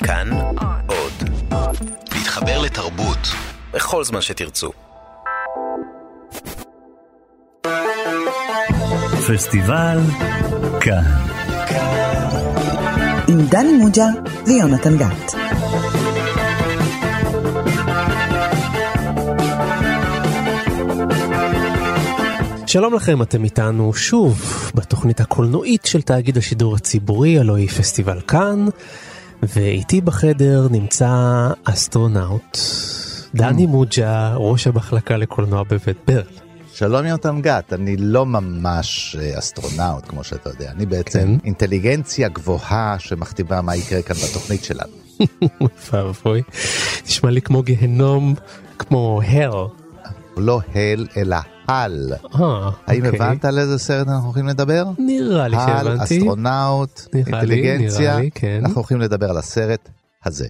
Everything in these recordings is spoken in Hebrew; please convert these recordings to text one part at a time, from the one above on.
כאן עוד. להתחבר לתרבות בכל זמן שתרצו. פסטיבל כאן. עם דני מוג'ה ויונתן גת. שלום לכם, אתם איתנו שוב בתוכנית הקולנועית של תאגיד השידור הציבורי, הלוא היא פסטיבל כאן, ואיתי בחדר נמצא אסטרונאוט, דני מוג'ה, ראש המחלקה לקולנוע בבית ברל. שלום יונתן גת, אני לא ממש אסטרונאוט כמו שאתה יודע, אני בעצם אינטליגנציה גבוהה שמכתיבה מה יקרה כאן בתוכנית שלנו. פאבוי, נשמע לי כמו גהנום, כמו הל. לא הל אלא הל. האם הבנת על איזה סרט אנחנו הולכים לדבר? נראה לי שהבנתי. הל, אסטרונאוט, אינטליגנציה, אנחנו הולכים לדבר על הסרט הזה.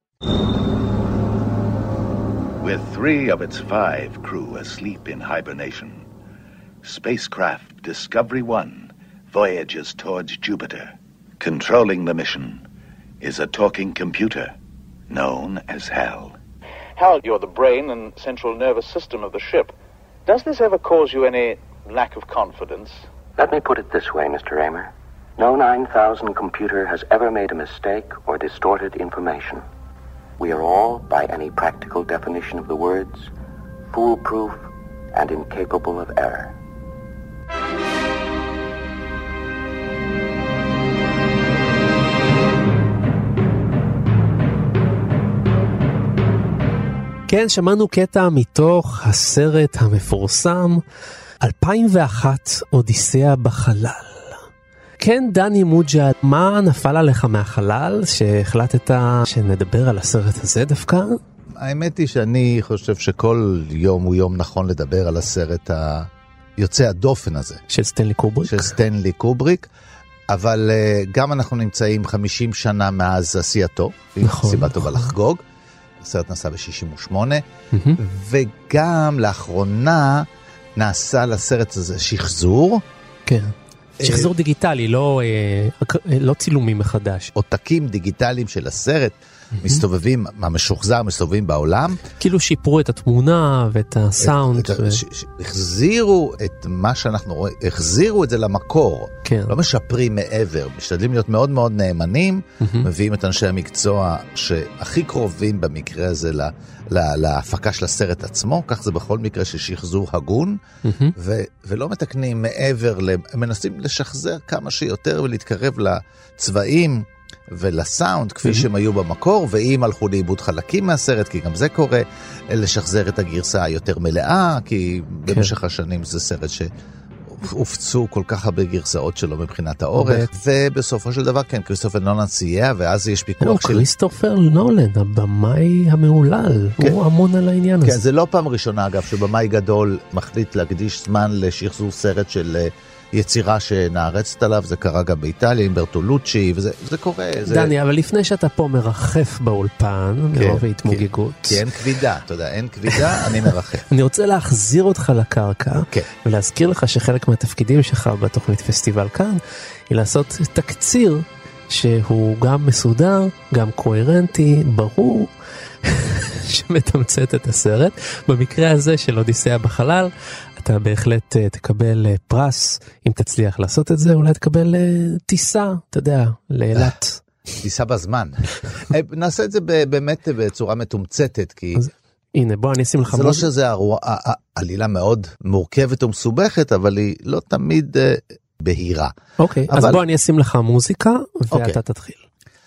With 3 of its 5 crew asleep in hibernation, spacecraft Discovery 1 voyages towards Jupiter. Controlling the mission is a talking computer known as HAL. HAL, you're the brain and central nervous system of the ship. Does this ever cause you any lack of confidence? Let me put it this way, Mr. Raymer. No 9000 computer has ever made a mistake or distorted information. We are all, by any practical definition of the words, foolproof and incapable of error. כן, שמענו קטע מתוך הסרט המפורסם 2001 אודיסאה בחלל. כן, דני מוג'ה, מה נפל עליך מהחלל שהחלטת שנדבר על הסרט הזה דווקא? האמת היא שאני חושב שכל יום הוא יום נכון לדבר על הסרט היוצא הדופן הזה. של סטנלי קובריק? של סטנלי קובריק, אבל גם אנחנו נמצאים 50 שנה מאז עשייתו, נכון, סיבה טובה לחגוג. הסרט נסע ב-68, וגם לאחרונה נעשה לסרט הזה שחזור. כן. שחזור דיגיטלי, לא צילומים מחדש. עותקים דיגיטליים של הסרט מסתובבים, המשוחזר מסתובבים בעולם. כאילו שיפרו את התמונה ואת הסאונד. החזירו את מה שאנחנו רואים, החזירו את זה למקור. לא משפרים מעבר, משתדלים להיות מאוד מאוד נאמנים, מביאים את אנשי המקצוע שהכי קרובים במקרה הזה להפקה של הסרט עצמו, כך זה בכל מקרה ששחזור הגון, ולא מתקנים מעבר, מנסים לשחזר כמה שיותר ולהתקרב לצבעים ולסאונד כפי שהם היו במקור, ואם הלכו לאיבוד חלקים מהסרט, כי גם זה קורה, לשחזר את הגרסה היותר מלאה, כי במשך השנים זה סרט שהופצו כל כך הרבה גרסאות שלו מבחינת האורך, ובסופו של דבר כן, כריסטופר נולן סייע, ואז יש פיקוח של... כריסטופר נולן, הבמאי המעולל, הוא אמון על העניין הזה. כן, זה לא פעם ראשונה אגב, שבמאי גדול מחליט להקדיש זמן לשחזור סרט של... יצירה שנערצת עליו, זה קרה גם באיטליה עם ברטולוצ'י, וזה קורה. דני, אבל לפני שאתה פה מרחף באולפן, מרוב ההתמוגגות. כי אין כבידה, אתה יודע, אין כבידה, אני מרחף. אני רוצה להחזיר אותך לקרקע, ולהזכיר לך שחלק מהתפקידים שלך בתוכנית פסטיבל כאן, היא לעשות תקציר, שהוא גם מסודר, גם קוהרנטי, ברור, שמתמצת את הסרט. במקרה הזה של אודיסאה בחלל, אתה בהחלט תקבל פרס, אם תצליח לעשות את זה, אולי תקבל טיסה, אתה יודע, לאילת. טיסה בזמן. נעשה את זה באמת בצורה מתומצתת, כי... הנה, בוא אני אשים לך... זה לא שזה עלילה מאוד מורכבת ומסובכת, אבל היא לא תמיד בהירה. אוקיי, אז בוא אני אשים לך מוזיקה, ואתה תתחיל.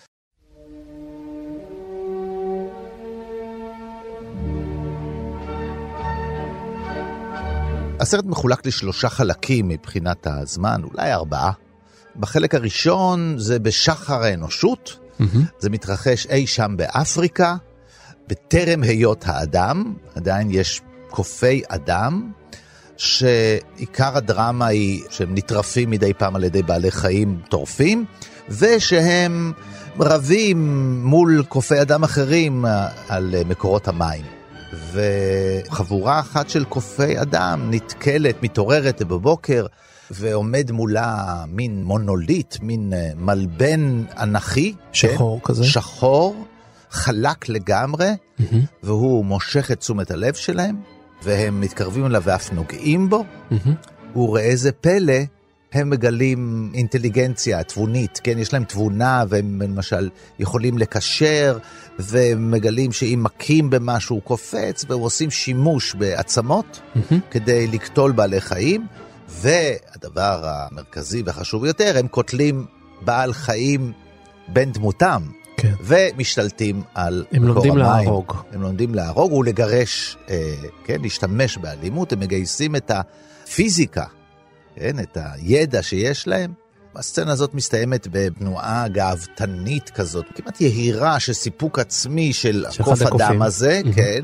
הסרט מחולק ל3 חלקים מבחינת הזמן, אולי 4. בחלק הראשון זה בשחר האנושות, זה מתרחש אי שם באפריקה, בטרם היות האדם, עדיין יש קופי אדם, שעיקר הדרמה היא שהם נטרפים מדי פעם על ידי בעלי חיים טורפים, ושהם רבים מול קופי אדם אחרים על מקורות המים. וחבורה אחת של קופי אדם נתקלת, מתעוררת בבוקר, ועומד מולה מין מונוליט, מין מלבן אנכי. שחור כזה. שחור, חלק לגמרי, והוא מושך את תשומת הלב שלהם, והם מתקרבים אליו ואף נוגעים בו. וראה איזה פלא, הם מגלים אינטליגנציה, תבונית, כן? יש להם תבונה, והם למשל יכולים לקשר, ומגלים שאם מכים במשהו הוא קופץ, והם עושים שימוש בעצמות, כדי לקטול בעלי חיים, והדבר המרכזי והחשוב יותר, הם קוטלים בעל חיים בין דמותם, כן. ומשתלטים על מקור המים. הם לומדים להרוג. הם לומדים להרוג ולגרש, כן? להשתמש באלימות, הם מגייסים את הפיזיקה, כן, את הידע שיש להם. הסצנה הזאת מסתיימת בתנועה גאוותנית כזאת, כמעט יהירה של סיפוק עצמי של קוף הדם הזה, כן,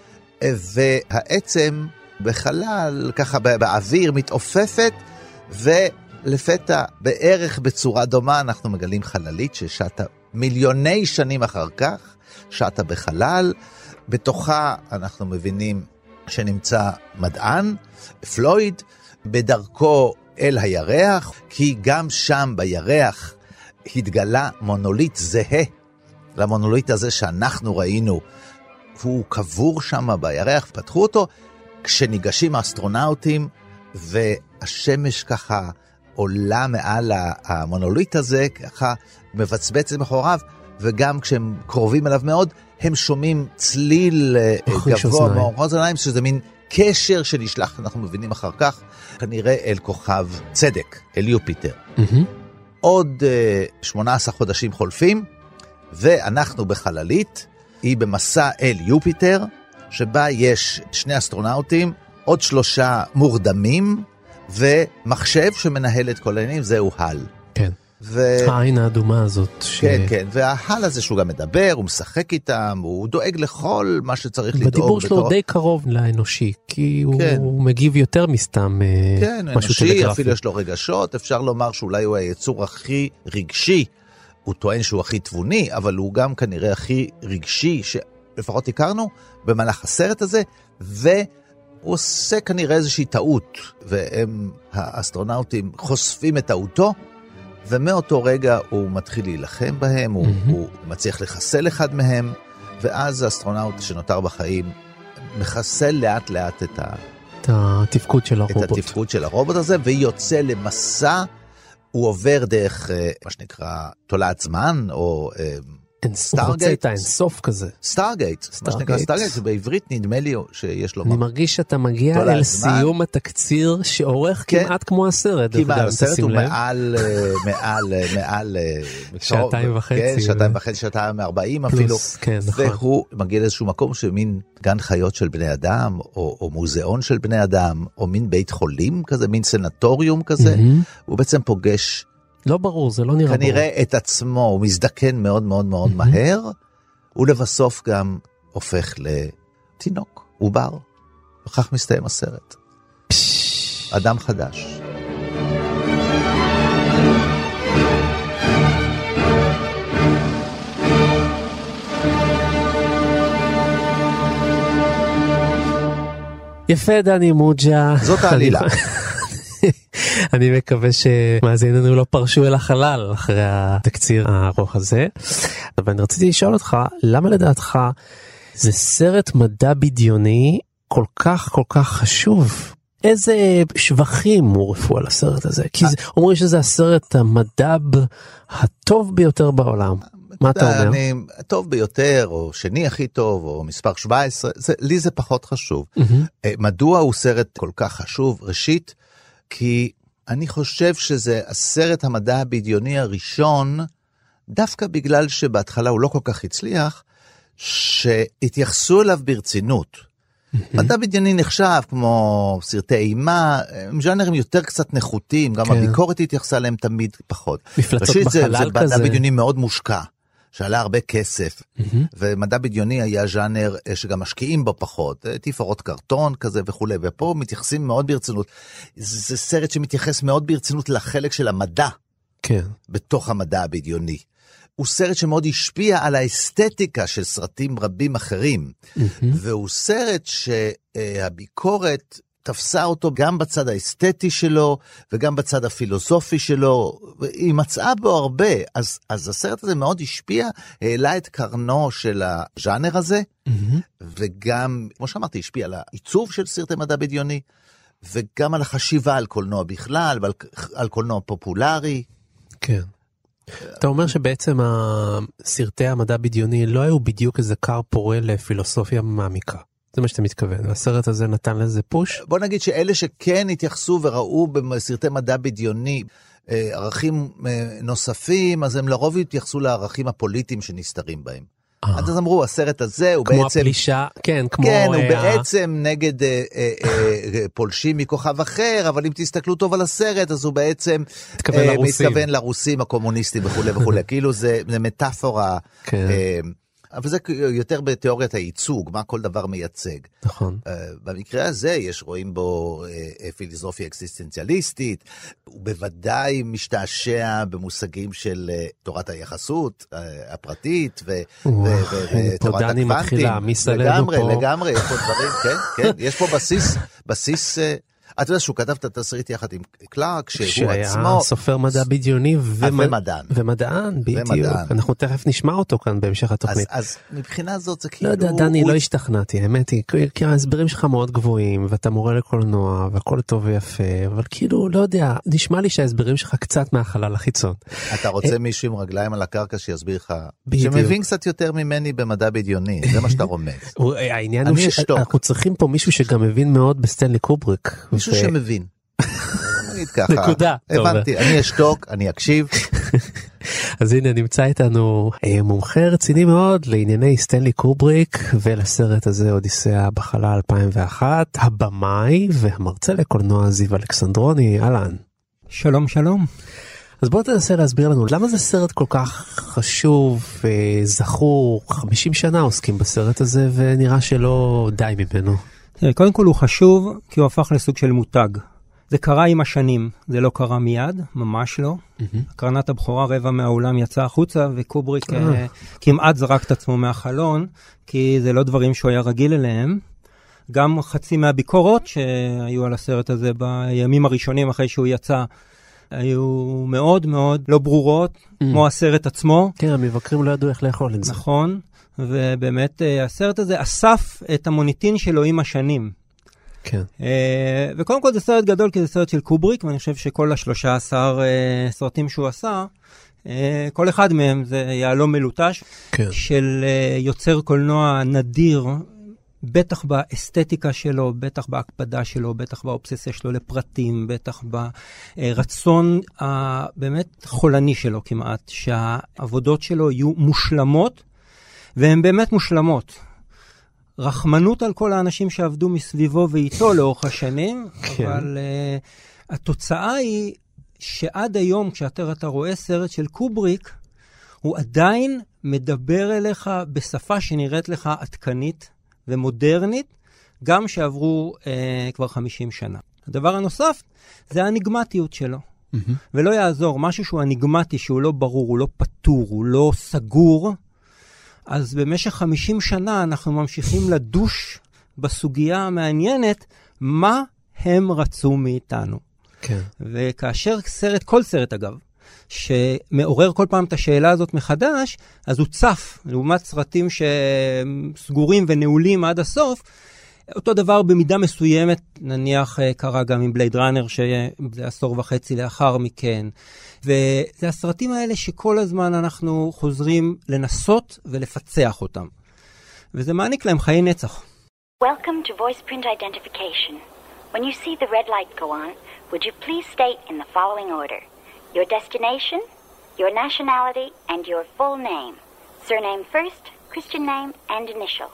והעצם בחלל, ככה באוויר מתעופפת, ולפתע בערך בצורה דומה אנחנו מגלים חללית ששטה מיליוני שנים אחר כך, שטה בחלל, בתוכה אנחנו מבינים שנמצא מדען, פלויד, בדרכו אל הירח, כי גם שם בירח התגלה מונוליט זהה למונוליט הזה שאנחנו ראינו. הוא קבור שם בירח, פתחו אותו, כשניגשים האסטרונאוטים, והשמש ככה עולה מעל המונוליט הזה, ככה מבצבץ מאחוריו, וגם כשהם קרובים אליו מאוד, הם שומעים צליל גבוה מאחורי אוזניים, שזה מין קשר שנשלח, אנחנו מבינים אחר כך, כנראה אל כוכב צדק, אל יופיטר. עוד 18 חודשים חולפים, ואנחנו בחללית, היא במסע אל יופיטר, שבה יש 2 אסטרונאוטים, עוד 3 מורדמים, ומחשב שמנהל את כל העניינים, זהו הל. כן. העין האדומה הזאת. כן, כן, וההל הזה שהוא גם מדבר, הוא משחק איתם, הוא דואג לכל מה שצריך לדאוג. בדיבור שלו די קרוב לאנושי, כי הוא מגיב יותר מסתם משהו טלגרפי. כן, אנושי, אפילו יש לו רגשות, אפשר לומר שאולי הוא היצור הכי רגשי, הוא טוען שהוא הכי תבוני, אבל הוא גם כנראה הכי רגשי, שלפחות הכרנו במהלך הסרט הזה, והוא עושה כנראה איזושהי טעות, והם, האסטרונאוטים, חושפים את טעותו, ומאותו רגע הוא מתחיל להילחם בהם, הוא מצליח לחסל אחד מהם, ואז האסטרונאוט שנותר בחיים מחסל לאט לאט את התפקוד של הרובוט. את התפקוד של הרובוט הזה, ויוצא למסע, הוא עובר דרך מה שנקרא תולעת זמן, או סטארגייט. אינסוף כזה. סטארגייט, מה שנקרא סטארגייט, ובעברית נדמה לי שיש לו... אני מרגיש שאתה מגיע אל סיום התקציר שעורך כמעט כמו הסרט. כמעט, הסרט הוא מעל... 2.5. כן, 2.5, 2.40 אפילו. והוא מגיע לאיזשהו מקום שמין גן חיות של בני אדם, או מוזיאון של בני אדם, או מין בית חולים כזה, מין סנטוריום כזה. הוא בעצם פוגש... לא ברור, זה לא נראה ברור. כנראה את עצמו, הוא מזדקן מאוד מאוד מאוד מהר, ולבסוף גם הופך לתינוק, עובר. וכך מסתיים הסרט. אדם חדש. יפה דני מוג'ה. זאת העלילה. אני מקווה שמאזיננו לא פרשו אל החלל אחרי התקציר הארוך הזה. אבל אני רציתי לשאול אותך, למה לדעתך זה סרט מדע בדיוני כל כך כל כך חשוב? איזה שבחים הורפו על הסרט הזה? כי אומרים שזה הסרט המדע הטוב ביותר בעולם. מה אתה אומר? טוב ביותר, או שני הכי טוב, או מספר 17, לי זה פחות חשוב. מדוע הוא סרט כל כך חשוב? ראשית, כי אני חושב שזה הסרט המדע הבדיוני הראשון, דווקא בגלל שבהתחלה הוא לא כל כך הצליח, שהתייחסו אליו ברצינות. מדע בדיוני נחשב כמו סרטי אימה, הם ז'אנרים יותר קצת נחותים, גם הביקורת התייחסה להם תמיד פחות. מפלצות בחלל כזה. זה מדע בדיוני מאוד מושקע. שעלה הרבה כסף, ומדע בדיוני היה ז'אנר שגם משקיעים בו פחות, תפאורות קרטון כזה וכו', ופה מתייחסים מאוד ברצינות. זה סרט שמתייחס מאוד ברצינות לחלק של המדע, בתוך המדע הבדיוני. הוא סרט שמאוד השפיע על האסתטיקה של סרטים רבים אחרים, והוא סרט שהביקורת תפסה אותו גם בצד האסתטי שלו, וגם בצד הפילוסופי שלו, היא מצאה בו הרבה, אז הסרט הזה מאוד השפיע, העלה את קרנו של הז'אנר הזה, וגם, כמו שאמרתי, השפיע על העיצוב של סרטי מדע בדיוני, וגם על החשיבה על קולנוע בכלל, ועל קולנוע פופולרי. כן. אתה אומר שבעצם סרטי המדע בדיוני לא היו בדיוק איזה קר פורה לפילוסופיה מעמיקה. זה מה שאתה מתכוון. הסרט הזה נתן לזה פוש? בוא נגיד שאלה שכן התייחסו וראו בסרטי מדע בדיוני ערכים נוספים, אז הם לרוב התייחסו לערכים הפוליטיים שנסתרים בהם. אז אמרו, הסרט הזה הוא בעצם... כמו הפלישה, כן, כמו... כן, הוא בעצם נגד פולשים מכוכב אחר, אבל אם תסתכלו טוב על הסרט, אז הוא בעצם מתכוון לרוסים הקומוניסטים וכו' וכו'. כאילו זה מטאפורה... אבל זה יותר בתיאוריית הייצוג, מה כל דבר מייצג. נכון. במקרה הזה רואים בו פילוסופיה אקסיסטנציאליסטית, הוא בוודאי משתעשע במושגים של תורת היחסות הפרטית ותורת הקוונטים. לגמרי, יש פה דברים, כן, יש פה בסיס... אתה יודע שהוא כתב את התסריט יחד עם קלארק, שהוא עצמו... שהיה סופר מדע בדיוני ומדען. ומדען, בדיוק. אנחנו תכף נשמע אותו כאן בהמשך התוכנית. אז מבחינה זאת זה כאילו... לא יודע, דני, לא השתכנעתי, האמת היא, כי ההסברים שלך מאוד גבוהים, ואתה מורה לקולנוע, והכל טוב ויפה, אבל כאילו, לא יודע, נשמע לי שההסברים שלך קצת מהחלל החיצון. אתה רוצה מישהו עם רגליים על הקרקע שיסביר לך, שמבין קצת יותר ממני במדע בדיוני, זה מה שאתה רומז. העניין הוא שאנחנו צריכים פה מישהו שגם מבין מאוד בסטנלי קובריק. מישהו שמבין. נגיד ככה. נקודה. הבנתי, אני אשתוק, אני אקשיב. אז הנה נמצא איתנו מומחה רציני מאוד לענייני סטנלי קובריק ולסרט הזה אודיסאה בחלל 2001, הבמאי והמרצה לקולנוע זיו אלכסנדרוני. אהלן. שלום שלום. אז בוא תנסה להסביר לנו למה זה סרט כל כך חשוב וזכור, 50 שנה עוסקים בסרט הזה ונראה שלא די ממנו. קודם כל הוא חשוב כי הוא הפך לסוג של מותג. זה קרה עם השנים, זה לא קרה מיד, ממש לא. הקרנת הבכורה, רבע מהאולם יצא החוצה, וקובריק כמעט זרק את עצמו מהחלון, כי זה לא דברים שהוא היה רגיל אליהם. גם חצי מהביקורות שהיו על הסרט הזה בימים הראשונים אחרי שהוא יצא, היו מאוד מאוד לא ברורות, כמו הסרט עצמו. כן, המבקרים לא ידעו איך לאכול את זה. נכון, ובאמת הסרט הזה אסף את המוניטין שלו עם השנים. כן. וקודם כל זה סרט גדול, כי זה סרט של קובריק, ואני חושב שכל 13 סרטים שהוא עשה, כל אחד מהם זה יעלום מלוטש, כן. של יוצר קולנוע נדיר, בטח באסתטיקה שלו, בטח בהקפדה שלו, בטח באובססיה שלו לפרטים, בטח ברצון הבאמת חולני שלו כמעט, שהעבודות שלו יהיו מושלמות, והן באמת מושלמות. רחמנות על כל האנשים שעבדו מסביבו ואיתו לאורך השנים, כן. אבל התוצאה היא שעד היום כשאתה רואה סרט של קובריק, הוא עדיין מדבר אליך בשפה שנראית לך עדכנית ומודרנית, גם שעברו כבר 50 שנה. הדבר הנוסף זה האניגמטיות שלו. ולא יעזור, משהו שהוא אניגמטי, שהוא לא ברור, הוא לא פתור, הוא לא סגור, אז במשך 50 שנה אנחנו ממשיכים לדוש בסוגיה המעניינת, מה הם רצו מאיתנו. כן. וכאשר סרט, כל סרט אגב, שמעורר כל פעם את השאלה הזאת מחדש, אז הוא צף, לעומת סרטים שסגורים ונעולים עד הסוף, אותו דבר במידה מסוימת, נניח קרה גם עם בלייד ראנר, שזה עשור וחצי לאחר מכן. וזה הסרטים האלה שכל הזמן אנחנו חוזרים לנסות ולפצח אותם. וזה מעניק להם חיי נצח. Welcome to voice print identification. When you see the red light go on, would you please state in the following order: your destination, your nationality, and your full name. Surname first, Christian name, and initial.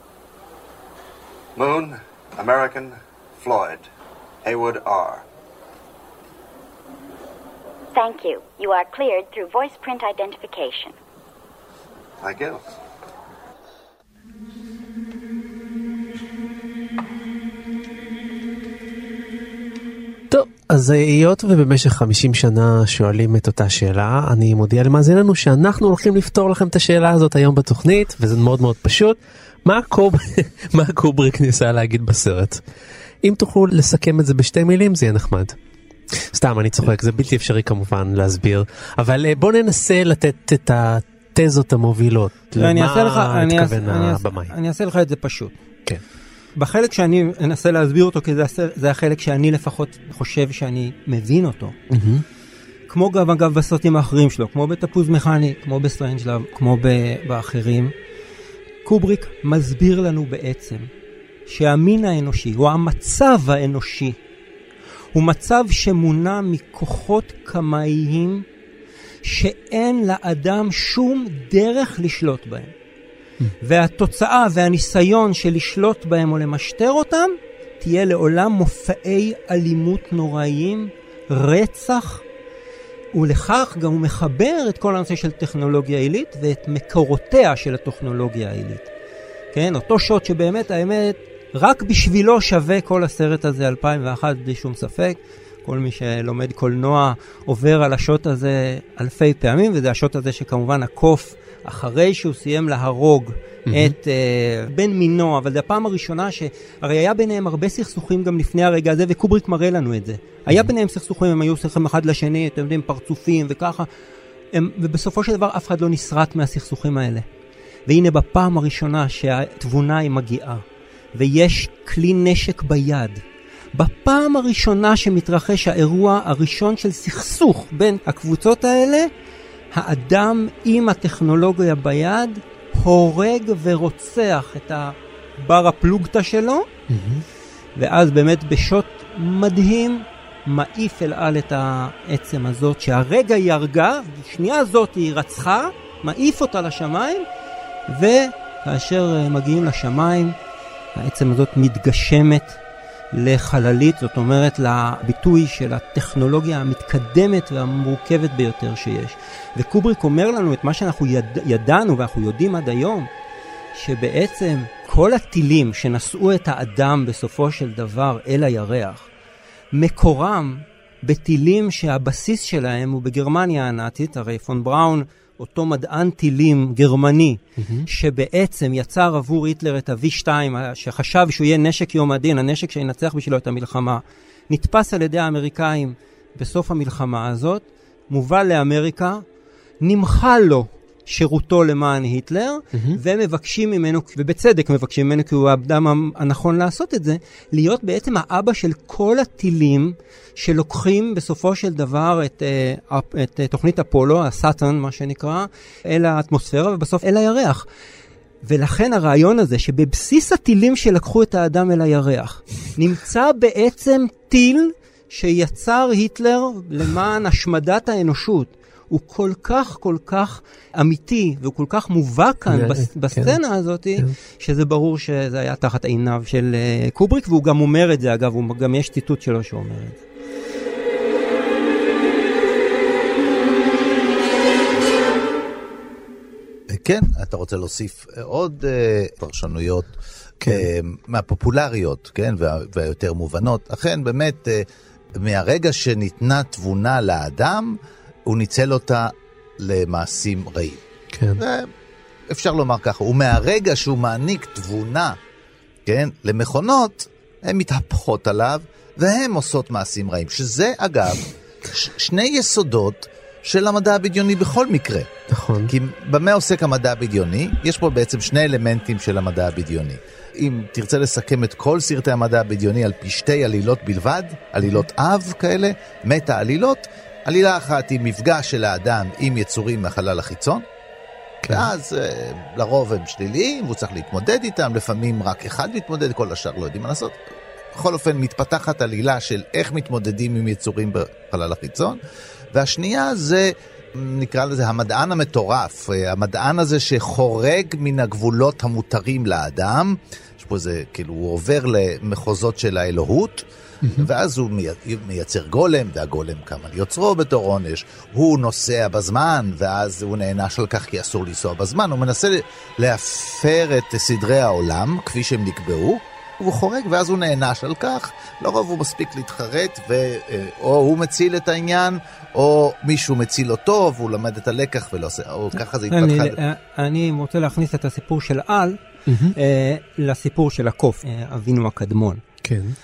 Moon, American, Floyd, Haywood R. Thank you. You are cleared through voice print identification. Thank you. טוב, אז היות ובמשך 50 שנה שואלים את אותה שאלה, אני מודיע למאזיננו שאנחנו הולכים לפתור לכם את השאלה הזאת היום בתוכנית, וזה מאוד מאוד פשוט. מה קובריק ניסה להגיד בסרט? אם תוכלו לסכם את זה בשתי מילים, זה יהיה נחמד. סתם, אני צוחק, זה בלתי אפשרי כמובן להסביר, אבל בוא ננסה לתת את התזות המובילות. למה התכוון הבמאי? אני אעשה לך את זה פשוט. כן. בחלק שאני אנסה להסביר אותו, כי זה החלק שאני לפחות חושב שאני מבין אותו. כמו גם אגב בסרטים האחרים שלו, כמו בתפוז מכני, כמו בסטרנג'לאב, כמו באחרים, קובריק מסביר לנו בעצם שהמין האנושי, או המצב האנושי, הוא מצב שמונע מכוחות קמאיים שאין לאדם שום דרך לשלוט בהם. והתוצאה והניסיון של לשלוט בהם או למשטר אותם, תהיה לעולם מופעי אלימות נוראיים, רצח, ולכך גם הוא מחבר את כל הנושא של טכנולוגיה עילית ואת מקורותיה של הטכנולוגיה העילית. כן, אותו שוט שבאמת האמת רק בשבילו שווה כל הסרט הזה 2001 בלי שום ספק. כל מי שלומד קולנוע עובר על השוט הזה אלפי פעמים, וזה השוט הזה שכמובן הקוף אחרי שהוא סיים להרוג את בן מינו, אבל זה הפעם הראשונה שהרי היה ביניהם הרבה סכסוכים גם לפני הרגע הזה, וקובריק מראה לנו את זה. היה ביניהם סכסוכים, הם היו סכסוכים אחד לשני, אתם יודעים, פרצופים וככה, ובסופו של דבר אף אחד לא נסרט מהסכסוכים האלה. והנה בפעם הראשונה שהתבונה היא מגיעה, ויש כלי נשק ביד, בפעם הראשונה שמתרחש האירוע הראשון של סכסוך בין הקבוצות האלה, האדם עם הטכנולוגיה ביד הורג ורוצח את הבר הפלוגתא שלו, ואז באמת בשוט מדהים מעיף אל על את העצם הזאת, שהרגע היא הרגה, שנייה הזאת היא רצחה, מעיף אותה לשמיים, וכאשר מגיעים לשמיים, העצם הזאת מתגשמת לחללית, זאת אומרת לביטוי של הטכנולוגיה המתקדמת והמורכבת ביותר שיש. וקובריק אומר לנו את מה שאנחנו ידענו ואנחנו יודעים עד היום, שבעצם כל הטילים שנשאו את האדם בסופו של דבר אל הירח, מקורם בטילים שהבסיס שלהם הוא בגרמניה הנאצית. הרי פון בראון, אותו מדען טילים גרמני, שבעצם יצר עבור היטלר את ה-V2, שחשב שהוא יהיה נשק יום הדין, הנשק שינצח בשבילו את המלחמה, נתפס על ידי האמריקאים בסוף המלחמה הזאת, מובל לאמריקה, נמחל לו שירותו למען היטלר, ומבקשים ממנו, ובצדק מבקשים ממנו, כי הוא האדם הנכון לעשות את זה, להיות בעצם האבא של כל הטילים שלוקחים בסופו של דבר את תוכנית אפולו, הסאטן מה שנקרא, אל האטמוספירה ובסוף אל הירח. ולכן הרעיון הזה שבבסיס הטילים שלקחו את האדם אל הירח, נמצא בעצם טיל שיצר היטלר למען השמדת האנושות. הוא כל כך אמיתי, והוא כל כך מובא כאן בסצנה הזאת, שזה ברור שזה היה תחת עיניו של קובריק, והוא גם אומר את זה, אגב, גם יש ציטוט שלו שאומר את זה. כן, אתה רוצה להוסיף עוד פרשנויות מהפופולריות, כן, והיותר מובנות. אכן, באמת, מהרגע שניתנה תבונה לאדם, הוא ניצל אותה למעשים רעים. כן. אפשר לומר ככה, ומהרגע שהוא מעניק תבונה, כן, למכונות, הן מתהפכות עליו, והן עושות מעשים רעים. שזה, אגב, שני יסודות של המדע הבדיוני בכל מקרה. נכון. כי במה עוסק המדע הבדיוני? יש פה בעצם שני אלמנטים של המדע הבדיוני. אם תרצה לסכם את כל סרטי המדע הבדיוני על פי שתי עלילות בלבד, עלילות אב כאלה, מטה עלילות, עלילה אחת היא מפגש של האדם עם יצורים מהחלל החיצון, ואז לרוב הם שליליים, והוא צריך להתמודד איתם, לפעמים רק אחד מתמודד, כל השאר לא יודעים מה לעשות. בכל אופן מתפתחת עלילה של איך מתמודדים עם יצורים בחלל החיצון, והשנייה זה, נקרא לזה המדען המטורף, המדען הזה שחורג מן הגבולות המותרים לאדם, יש פה זה, כאילו הוא עובר למחוזות של האלוהות, ואז הוא מייצר גולם, והגולם קם על יוצרו בתור עונש, הוא נוסע בזמן, ואז הוא נענש על כך כי אסור לנסוע בזמן, הוא מנסה להפר את סדרי העולם כפי שהם נקבעו, הוא חורג ואז הוא נענש על כך, לרוב הוא מספיק להתחרט, או הוא מציל את העניין, או מישהו מציל אותו, והוא למד את הלקח ולא עושה, או ככה זה התפתחה. אני רוצה להכניס את הסיפור של על, לסיפור של הקוף, אבינו הקדמון. כן.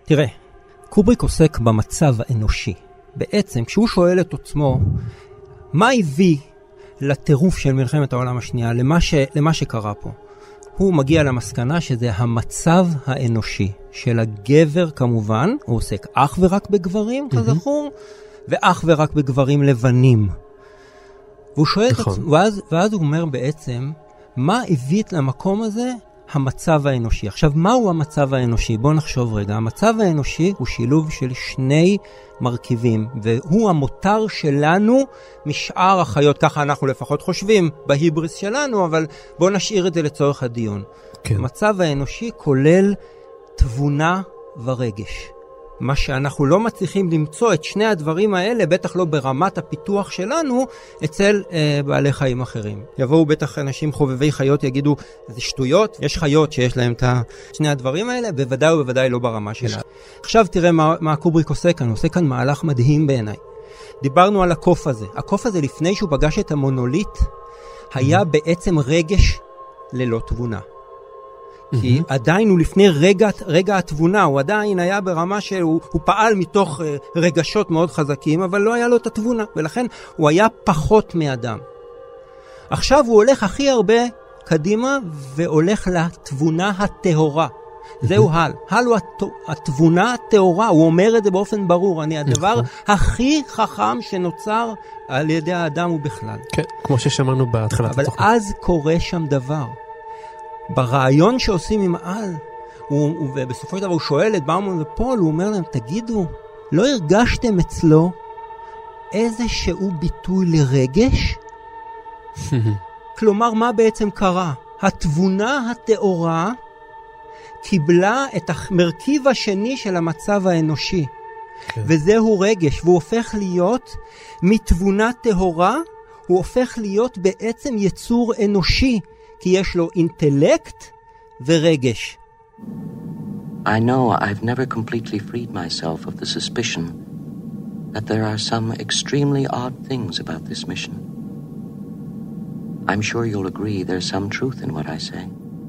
תראה, קובריק עוסק במצב האנושי. בעצם, כשהוא שואל את עצמו, מה הביא לטירוף של מלחמת העולם השנייה, למה שקרה פה? הוא מגיע למסקנה שזה המצב האנושי של הגבר כמובן, הוא עוסק אך ורק בגברים, כזכור, ואך ורק בגברים לבנים. והוא שואל את עצמו, ואז הוא אומר בעצם, מה הביא למקום הזה? המצב האנושי. עכשיו, מהו המצב האנושי? בואו נחשוב רגע. המצב האנושי הוא שילוב של שני מרכיבים, והוא המותר שלנו משאר החיות. ככה אנחנו לפחות חושבים בהיבריס שלנו, אבל בואו נשאיר את זה לצורך הדיון. כן. המצב האנושי כולל תבונה ורגש. מה שאנחנו לא מצליחים למצוא את שני הדברים האלה, בטח לא ברמת הפיתוח שלנו, אצל בעלי חיים אחרים. יבואו בטח אנשים חובבי חיות, יגידו, זה שטויות, יש חיות שיש להם את שני הדברים האלה, בוודאי ובוודאי לא ברמה שלנו. עכשיו תראה מה קובריק עושה כאן, הוא עושה כאן מהלך מדהים בעיניי. דיברנו על הקוף הזה. הקוף הזה לפני שהוא פגש את המונוליט, היה בעצם רגש ללא תבונה. כי עדיין הוא לפני רגע התבונה, הוא עדיין היה ברמה שהוא פעל מתוך רגשות מאוד חזקים, אבל לא היה לו את התבונה, ולכן הוא היה פחות מאדם. עכשיו הוא הולך הכי הרבה קדימה, והולך לתבונה הטהורה. זהו הל הוא התבונה הטהורה, הוא אומר את זה באופן ברור, אני הדבר הכי חכם שנוצר על ידי האדם ובכלל. כן, כמו ששמענו בהתחלת התוכנית. אבל אז קורה שם דבר. ברעיון שעושים עם על, ובסופו של דבר הוא שואל את באומון ופול, הוא אומר להם, תגידו, לא הרגשתם אצלו איזשהו ביטוי לרגש? כלומר, מה בעצם קרה? התבונה הטהורה קיבלה את המרכיב השני של המצב האנושי, וזהו רגש, והוא הופך להיות מתבונה טהורה, הוא הופך להיות בעצם יצור אנושי, כי יש לו אינטלקט ורגש. I know I've never completely freed myself of the suspicion that there are some extremely odd things about this mission. I'm sure you'll agree there's some truth in what I say.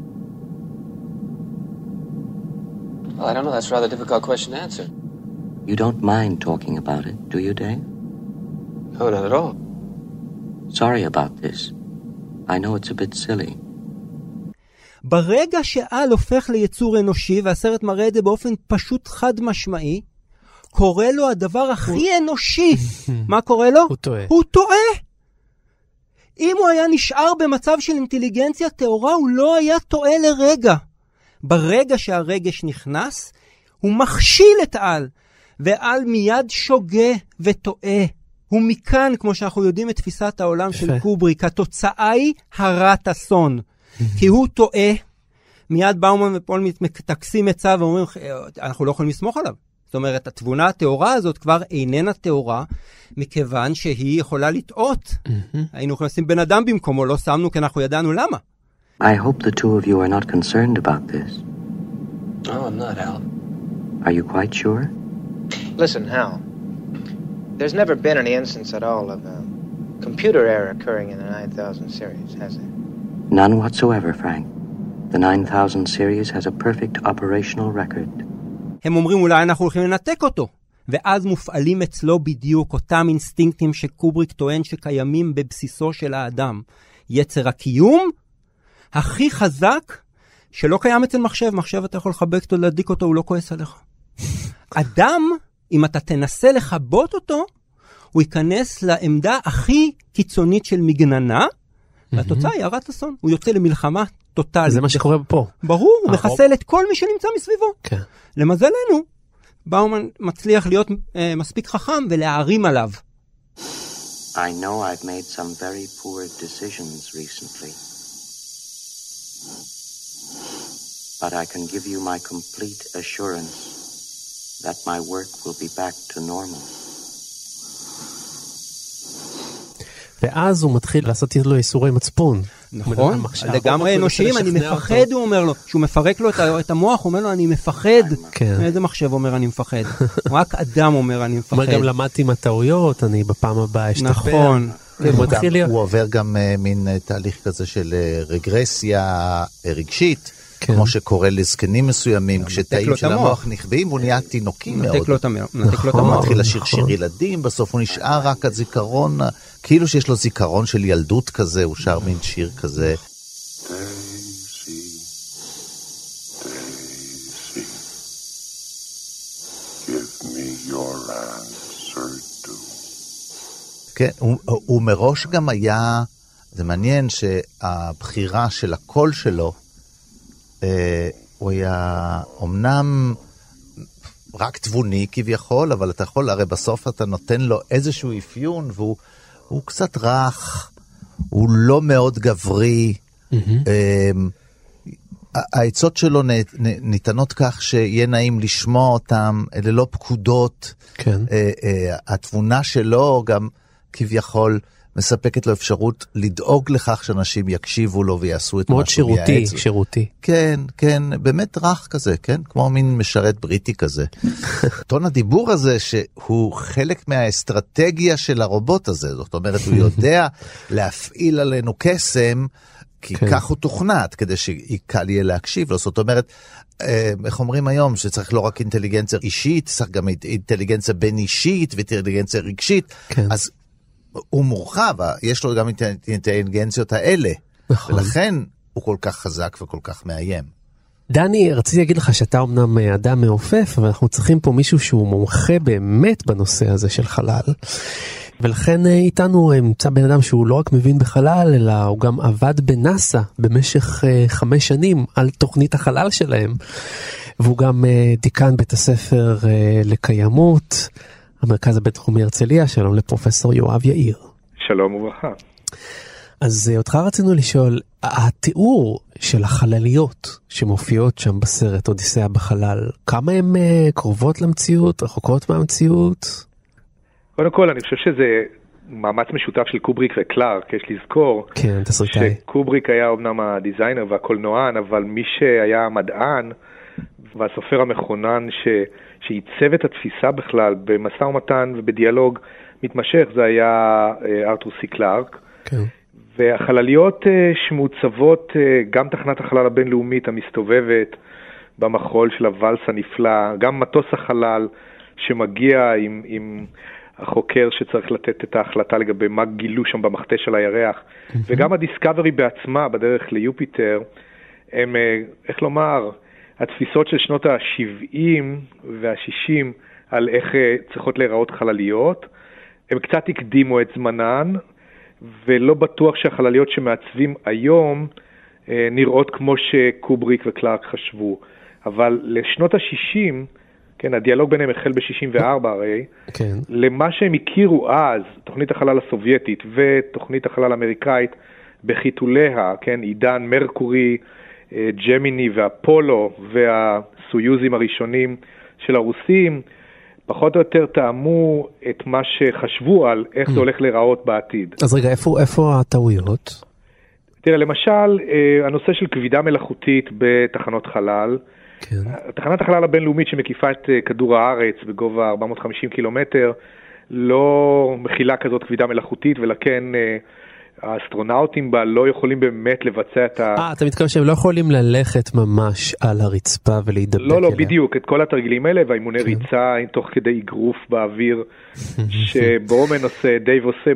Well, I don't know. That's a rather difficult question to answer. You don't mind talking about it, do you, Dave? No, not at all. Sorry about this. I know it's a bit silly. ברגע שאל הופך ליצור אנושי, והסרט מראה את זה באופן פשוט חד משמעי, קורה לו הדבר הכי אנושי. מה קורה לו? הוא טועה. הוא טועה. אם הוא היה נשאר במצב של אינטליגנציה טהורה, הוא לא היה טועה לרגע. ברגע שהרגש נכנס, הוא מכשיל את על, ועל מיד שוגה וטועה. הוא מכאן, כמו שאנחנו יודעים את תפיסת העולם של קובריק, התוצאה היא הרת אסון. כי הוא טועה, מיד באומן ופול מתקסים עצה ואומרים, אנחנו לא יכולים לסמוך עליו. זאת אומרת, התבונה הטהורה הזאת כבר איננה טהורה, מכיוון שהיא יכולה לטעות. היינו יכולים לשים בן אדם במקומו, לא שמנו כי אנחנו ידענו למה. I hope the two of you are not concerned about this. Oh, I'm not, Hal. Are you quite sure? Listen, Hal. There's never been any instance at all of a computer error occurring in the 9000 series, has there? None whatsoever, Frank. The 9000 series has a perfect operational record. הם אומרים אולי אנחנו הולכים לנתק אותו. ואז מופעלים אצלו בדיוק אותם אינסטינקטים שקובריק טוען שקיימים בבסיסו של האדם. יצר הקיום הכי חזק שלא קיים אצל מחשב. מחשב אתה יכול לחבק אותו, להדיק אותו, הוא לא כועס עליך. אדם, אם אתה תנסה לחבות אותו, הוא ייכנס לעמדה הכי קיצונית של מגננה, והתוצאה היא הרת אסון. הוא יוצא למלחמה טוטלית. זה מה שקורה פה. ברור, הוא מחסל את כל מי שנמצא מסביבו. כן. למזלנו, באומן מצליח להיות מספיק חכם ולהערים עליו. I know I've made some very poor decisions recently. But I can give you my complete assurance that my work will be back to normal. ואז הוא מתחיל לעשות לו איסורי מצפון. נכון, לגמרי אנושיים, אני מפחד, הוא אומר לו, שהוא מפרק לו את המוח, הוא אומר לו, אני מפחד. איזה מחשב אומר, אני מפחד? רק אדם אומר, אני מפחד. הוא אומר, גם למדתי עם הטעויות, אני בפעם הבאה אשתפר. נכון. הוא עובר גם מין תהליך כזה של רגרסיה רגשית, כמו שקורה לזקנים מסוימים, כשתאים של המוח נכבים, הוא נהיה תינוקי מאוד. נתק לו את המוח. הוא מתחיל לשיר שיר ילדים, בסוף הוא נשאר רק הזיכרון, כאילו שיש לו זיכרון של ילדות כזה, הוא שר מין שיר כזה. כן, הוא מראש גם היה, זה מעניין שהבחירה של הקול שלו, הוא היה אומנם רק תבוני כביכול, אבל אתה יכול, הרי בסוף אתה נותן לו איזשהו אפיון, והוא קצת רך, הוא לא מאוד גברי, העצות שלו ניתנות כך שיהיה נעים לשמוע אותם, אלה לא פקודות, התבונה שלו גם כביכול מספקת לו אפשרות לדאוג לכך שאנשים יקשיבו לו ויעשו את מה שהוא מייעץ. מאוד שירותי. כן, כן, באמת רך כזה, כן? כמו מין משרת בריטי כזה. טון הדיבור הזה שהוא חלק מהאסטרטגיה של הרובוט הזה, זאת אומרת, הוא יודע להפעיל עלינו קסם, כי כך הוא תוכנת, כדי שקל יהיה להקשיב לו. זאת אומרת, איך אומרים היום, שצריך לא רק אינטליגנציה אישית, צריך גם אינטליגנציה בין אישית ואינטליגנציה רגשית, אז הוא מורחב, יש לו גם אינטליגנציות האלה, ולכן הוא כל כך חזק וכל כך מאיים. דני, רציתי להגיד לך שאתה אמנם אדם מעופף, אבל אנחנו צריכים פה מישהו שהוא מומחה באמת בנושא הזה של חלל, ולכן איתנו נמצא בן אדם שהוא לא רק מבין בחלל, אלא הוא גם עבד בנאסא במשך 5 שנים על תוכנית החלל שלהם, והוא גם דיקן בית הספר לקיימות, המרכז הבינתחומי הרצליה. שלום לפרופסור יואב יאיר. שלום וברכה. אז אותך רצינו לשאול, התיאור של החלליות שמופיעות שם בסרט אודיסאה בחלל, כמה הן קרובות למציאות, רחוקות מהמציאות? קודם כל, אני חושב שזה מאמץ משותף של קובריק וקלארק. יש לזכור שקובריק היה אומנם הדיזיינר והקולנוען, אבל מי שהיה המדען והסופר המכונן שעיצב את התפיסה בכלל במשא ומתן ובדיאלוג מתמשך, זה היה ארתור סי קלארק. כן. והחלליות שמוצבות, גם תחנת החלל הבינלאומית המסתובבת במחול של הוואלס הנפלא, גם מטוס החלל שמגיע עם החוקר שצריך לתת את ההחלטה לגבי מה גילו שם במחתה של הירח, וגם הדיסקאברי בעצמה בדרך ליופיטר, הם, איך לומר, התפיסות של שנות ה-70 וה-60 על איך צריכות להיראות חלליות, הם קצת הקדימו את זמנן, ולא בטוח שהחלליות שמעצבים היום נראות כמו שקובריק וקלארק חשבו. אבל לשנות ה-60, כן, הדיאלוג ביניהם החל ב-64 הרי, כן. למה שהם הכירו אז, תוכנית החלל הסובייטית ותוכנית החלל האמריקאית בחיתוליה, כן, עידן מרקורי, ג'מיני והפולו והסויוזים הראשונים של הרוסים, פחות או יותר טעמו את מה שחשבו על איך זה הולך להיראות בעתיד. אז רגע, איפה הטעויות? תראה, למשל, הנושא של כבידה מלאכותית בתחנות חלל, כן. תחנת החלל הבינלאומית שמקיפה את כדור הארץ בגובה 450 קילומטר, לא מכילה כזאת כבידה מלאכותית, ולכן האסטרונאוטים בה לא יכולים באמת לבצע את אתה מתכוון שהם לא יכולים ללכת ממש על הרצפה ולהידבק אליה? לא, בדיוק, את כל התרגילים האלה, והאימוני ריצה תוך כדי אגרוף באוויר, שברומן עושה, דייב עושה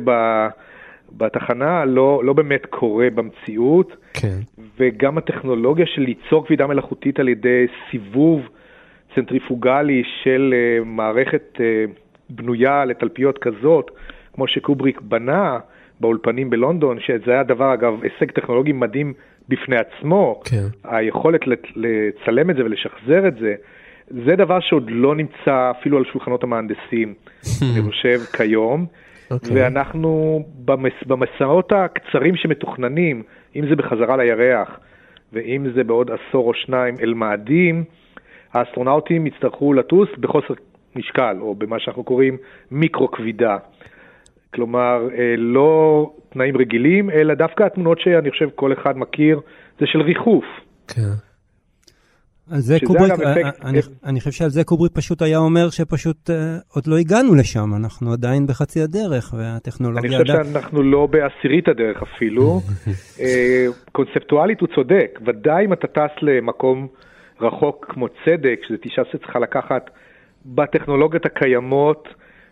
בתחנה, לא באמת קורה במציאות, כן. וגם הטכנולוגיה של ליצור כבידה מלאכותית על ידי סיבוב צנטריפוגלי של מערכת בנויה לתלפיות כזאת, כמו שקובריק בנה, באולפנים בלונדון, שזה היה דבר, אגב, הישג טכנולוגי מדהים בפני עצמו, כן. היכולת לצלם את זה ולשחזר את זה, זה דבר שעוד לא נמצא אפילו על שולחנות המהנדסים, אני חושב, כיום, ואנחנו במסעות הקצרים שמתוכננים, אם זה בחזרה לירח, ואם זה בעוד 10 או 2 אל מאדים, האסטרונאוטים יצטרכו לטוס בחוסר משקל, או במה שאנחנו קוראים מיקרו כבידה. כלומר, לא תנאים רגילים, אלא דווקא התמונות שאני חושב כל אחד מכיר, זה של ריחוף. כן. אני חושב שעל זה קובריק פשוט היה אומר שפשוט עוד לא הגענו לשם, אנחנו עדיין בחצי הדרך, והטכנולוגיה... אני חושב שאנחנו לא בעשירית הדרך אפילו. קונספטואלית הוא צודק, ודאי אם אתה טס למקום רחוק כמו צדק, שזה טיסה שצריכה לקחת בטכנולוגיות הקיימות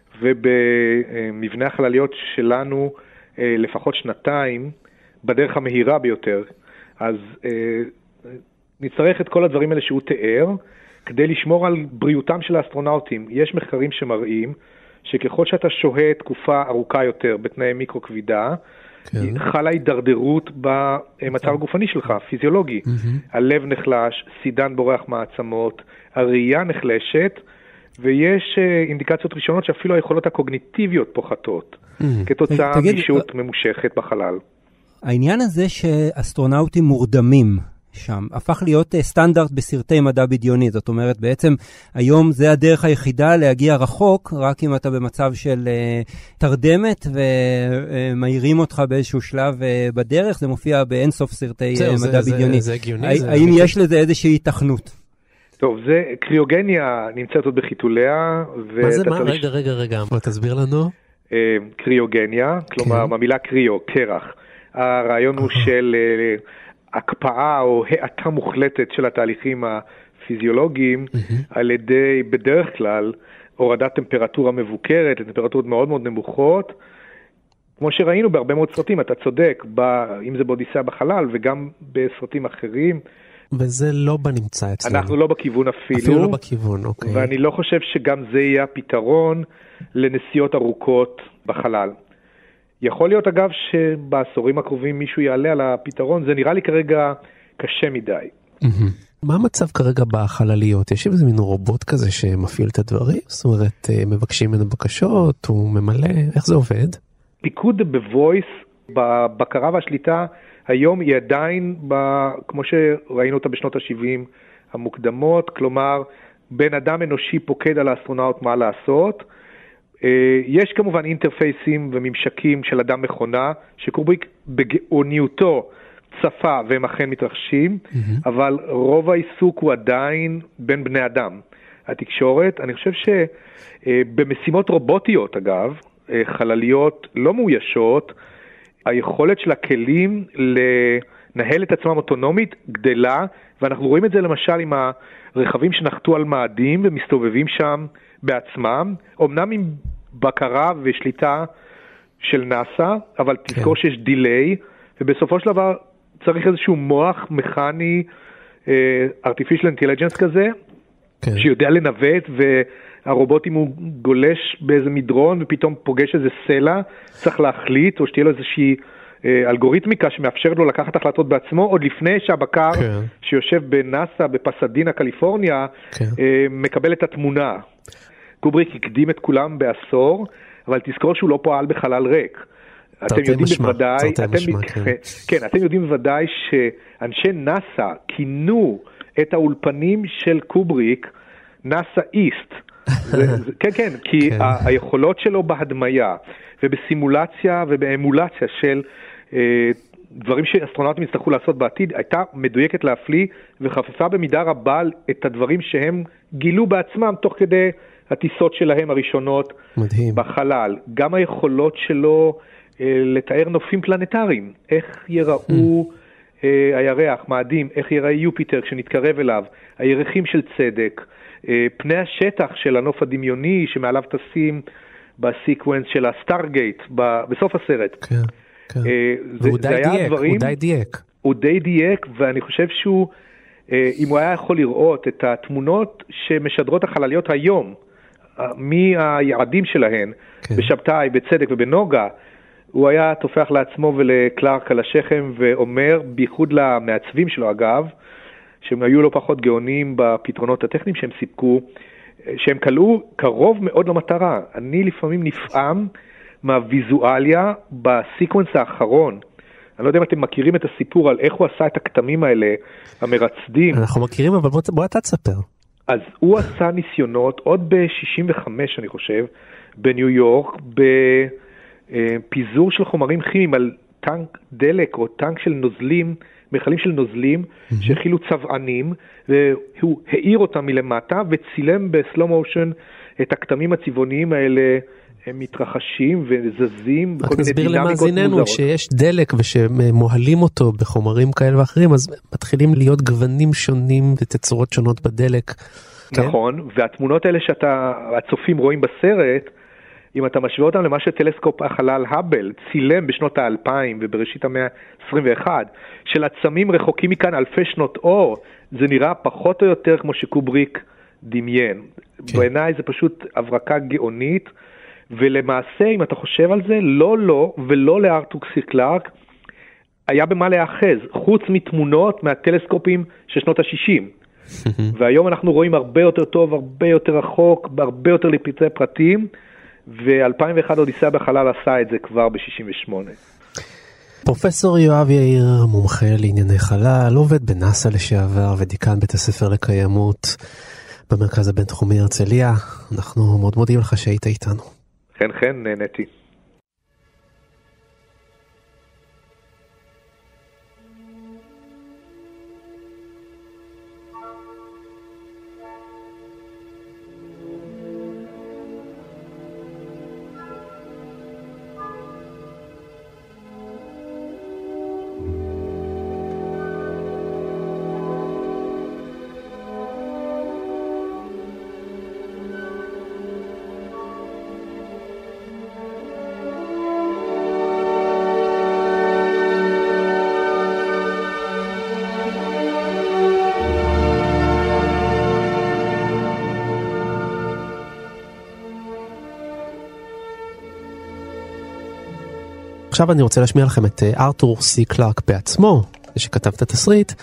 ובמבנה החלליות שלנו לפחות שנתיים, בדרך המהירה ביותר. אז נצטרך את כל הדברים האלה שהוא תיאר, כדי לשמור על בריאותם של האסטרונאוטים. יש מחקרים שמראים שככל שאתה שוהה תקופה ארוכה יותר בתנאי מיקרו כבידה, חלה הידרדרות במצב הגופני שלך, פיזיולוגי. הלב נחלש, סידן בורח מעצמות, הראייה נחלשת, ויש אינדיקציות ראשונות שאפילו היכולות הקוגניטיביות פוחתות, כתוצאה משהות ממושכת בחלל. העניין הזה שאסטרונאוטים מורדמים שם, הפך להיות סטנדרט בסרטי מדע בדיוני. זאת אומרת, בעצם היום זה הדרך היחידה להגיע רחוק, רק אם אתה במצב של תרדמת ומהירים אותך באיזשהו שלב בדרך. זה מופיע באינסוף סרטי מדע בדיוני. זה הגיוני. האם יש לזה איזושהי היתכנות? טוב, זה קריוגניה נמצאת עוד בחיתוליה. רגע, בוא תסביר לנו. קריוגניה, כלומר, מהמילה קריו, קרח. הרעיון הוא של הקפאה או האטה מוחלטת של התהליכים הפיזיולוגיים על ידי, בדרך כלל, הורדת טמפרטורה מבוקרת, לטמפרטורות מאוד מאוד נמוכות, כמו שראינו בהרבה מאוד סרטים, אתה צודק, אם זה באודיסאה בחלל וגם בסרטים אחרים. וזה לא בנמצא אצלנו. אנחנו לא בכיוון אפילו. אפילו לא בכיוון, אוקיי. ואני לא חושב שגם זה יהיה הפתרון לנסיעות ארוכות בחלל. יכול להיות אגב שבעשורים הקרובים מישהו יעלה על הפתרון, זה נראה לי כרגע קשה מדי. מה המצב כרגע בחלליות? יש איזה מין רובוט כזה שמפעיל את הדברים? זאת אומרת, מבקשים ממנו בקשות, הוא ממלא, איך זה עובד? פיקוד בוויס, בבקרה והשליטה, היום היא עדיין, כמו שראינו אותה בשנות ה-70 המוקדמות, כלומר, בן אדם אנושי פוקד על האסטרונאוט מה לעשות. יש כמובן אינטרפייסים וממשקים של אדם מכונה, שקובריק בגאוניותו צפה והם אכן מתרחשים, אבל רוב העיסוק הוא עדיין בין בני אדם. התקשורת, אני חושב שבמשימות רובוטיות אגב, חלליות לא מאוישות, היכולת של הכלים לנהל את עצמם אוטונומית גדלה, ואנחנו רואים את זה למשל עם הרכבים שנחתו על מאדים ומסתובבים שם בעצמם, אמנם עם בקרה ושליטה של נאסא, אבל תזכור שיש דיליי, ובסופו של דבר צריך איזשהו מוח מכני, artificial intelligence כזה, שיודע לנווט, והרובוטים הוא גולש באיזה מדרון, ופתאום פוגש איזה סלע, צריך להחליט, או שתהיה לו איזושהי אלגוריתמיקה שמאפשרת לו לקחת החלטות בעצמו, עוד לפני שהבקר שיושב בנאסא, בפסדינה, קליפורניה, מקבל את התמונה. קובריק הקדים את כולם בעשור, אבל תזכור שהוא לא פועל בחלל ריק. אתם יודעים בוודאי שאנשי נאסא כינו את האולפנים של קובריק נאסא איסט. כן, כי היכולות שלו בהדמיה ובסימולציה ובאמולציה של דברים שאסטרונאוטים יצטרכו לעשות בעתיד, הייתה מדויקת להפליא וחפפה במידה רבה את הדברים שהם גילו בעצמם תוך כדי הטיסות שלהם הראשונות בחלל. גם היכולות שלו לתאר נופים פלנטריים, איך יראו הירח, מאדים, איך יראה יופיטר כשנתקרב אליו, הירחים של צדק, פני השטח של הנוף הדמיוני שמעליו טסים בסיקוונס של הסטארגייט בסוף הסרט. הוא די דייק. הוא די דייק, ואני חושב שהוא, אם הוא היה יכול לראות את התמונות שמשדרות החלליות היום, מהיעדים שלהן, בשבתאי, בצדק ובנוגה, הוא היה תופח לעצמו ולקלארק על השכם ואומר, בייחוד למעצבים שלו אגב, שהם היו לא פחות גאונים בפתרונות הטכניים שהם סיפקו, שהם קלעו קרוב מאוד למטרה. אני לפעמים נפעם מהוויזואליה בסיקוונס האחרון. אני לא יודע אם אתם מכירים את הסיפור על איך הוא עשה את הכתמים האלה, המרצדים. אנחנו מכירים, אבל בוא אתה תספר. אז הוא עשה ניסיונות, עוד ב-65 אני חושב, בניו יורק, בפיזור של חומרים כימיים על טנק דלק או טנק של נוזלים, מכלים של נוזלים, שהכילו צבענים, והוא העיר אותם מלמטה וצילם בסלו מושן את הכתמים הצבעוניים האלה, הם מתרחשים וזזים בכל מיני נסביר דינמיקות למאזיננו שיש דלק ושמוהלים אותו בחומרים כאלה ואחרים, אז מתחילים להיות גוונים שונים ותצורות שונות בדלק. נכון, והתמונות האלה שהצופים רואים בסרט, אם אתה משווה אותם למה שטלסקופ החלל האבל צילם בשנות ה-2000 ובראשית המאה ה-21, של עצמים רחוקים מכאן אלפי שנות אור, זה נראה פחות או יותר כמו שקובריק דמיין. בעיניי זה פשוט הברקה גאונית, ולמעשה, אם אתה חושב על זה, לא ולא לארתור סי קלארק היה במה להאחז, חוץ מתמונות מהטלסקופים של שנות ה-60. והיום אנחנו רואים הרבה יותר טוב, הרבה יותר רחוק, הרבה יותר לפרטי פרטים, ו-2001 אודיסאה בחלל עשה את זה כבר ב-68. פרופסור יואב יאיר, מומחה לענייני חלל, עובד בנאסא לשעבר ודיקן בית הספר לקיימות במרכז הבינתחומי הרצליה. אנחנו מאוד מודים לך שהיית איתנו. כן, נהניתי. עכשיו אני רוצה להשמיע לכם את ארתור סי קלארק בעצמו, שכתב את התסריט,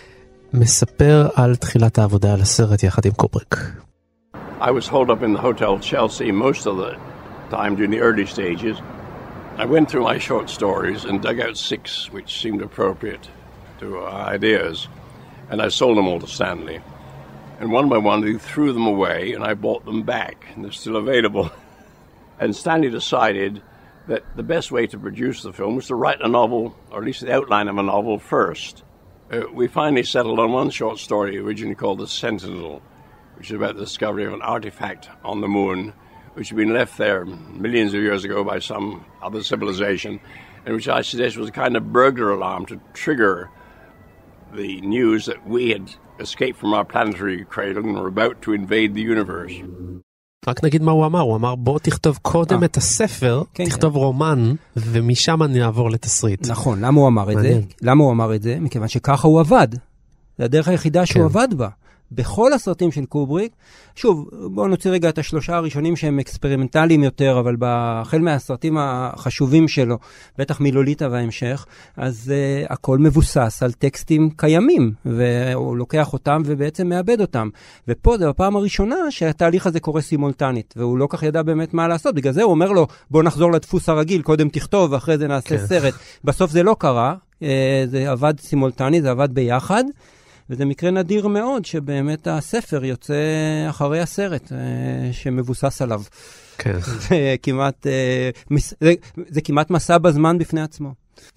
מספר על תחילת העבודה על הסרט יחד עם קובריק. I was holed up in the Hotel Chelsea most of the time during the early stages. I went through my short stories and dug out 6 which seemed appropriate to our ideas, and I sold them all to Stanley. And one by one he threw them away and I bought them back, and they're still available. And Stanley decided that the best way to produce the film was to write a novel, or at least the outline of a novel first. We finally settled on one short story originally called The Sentinel, which is about the discovery of an artifact on the moon, which had been left there millions of years ago by some other civilization, and which I suggest was a kind of burglar alarm to trigger the news that we had escaped from our planetary cradle and were about to invade the universe. רק נגיד מה הוא אמר, הוא אמר בוא תכתוב קודם את הספר, תכתוב רומן, ומשם נעבור לתסריט. נכון, למה הוא אמר את זה? למה הוא אמר את זה? מכיוון שככה הוא עבד. זה הדרך היחידה שהוא עבד בה. בכל הסרטים של קובריק, שוב, בואו נוציא רגע את 3 הראשונים שהם אקספרימנטליים יותר, אבל החל מהסרטים החשובים שלו, בטח מלוליטה וההמשך, אז הכל מבוסס על טקסטים קיימים, והוא לוקח אותם ובעצם מאבד אותם. ופה זה בפעם הראשונה שהתהליך הזה קורה סימולטנית, והוא לא כך ידע באמת מה לעשות. בגלל זה הוא אומר לו, בוא נחזור לדפוס הרגיל, קודם תכתוב ואחרי זה נעשה סרט. בסוף זה לא קרה, זה עבד סימולטני, זה עבד ביחד, וזה מקרה נדיר מאוד שבאמת הספר יוצא אחרי הסרט שמבוסס עליו. כן. זה כמעט מסע בזמן בפני עצמו.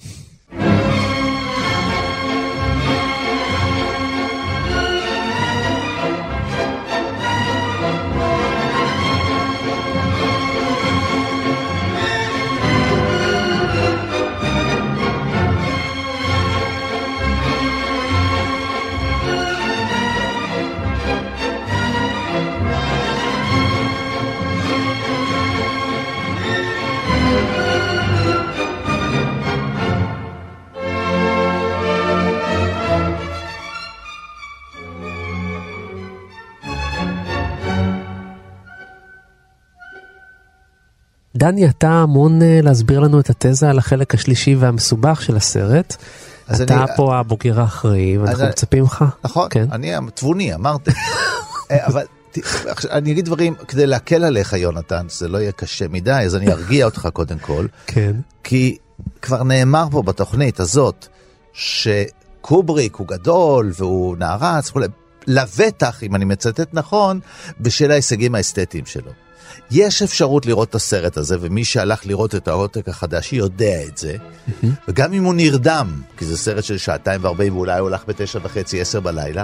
דני, אתה אמון להסביר לנו את התזה על החלק השלישי והמסובך של הסרט. אתה פה הבוגר האחראי, ואנחנו מצפים לך. נכון, אני התבוני, אמרתי. אבל אני אגיד דברים כדי להקל עליך, יונתן, זה לא יהיה קשה מדי, אז אני ארגיע אותך קודם כל. כן. כי כבר נאמר פה בתוכנית הזאת, שקובריק הוא גדול והוא נערץ, לבטח, אם אני מצטט נכון, בשל ההישגים האסתטיים שלו. יש אפשרות לראות את הסרט הזה, ומי שהלך לראות את העותק החדש יודע את זה, וגם אם הוא נרדם, כי זה סרט של 2:40 ואולי הוא הולך ב9:30, 10 בלילה,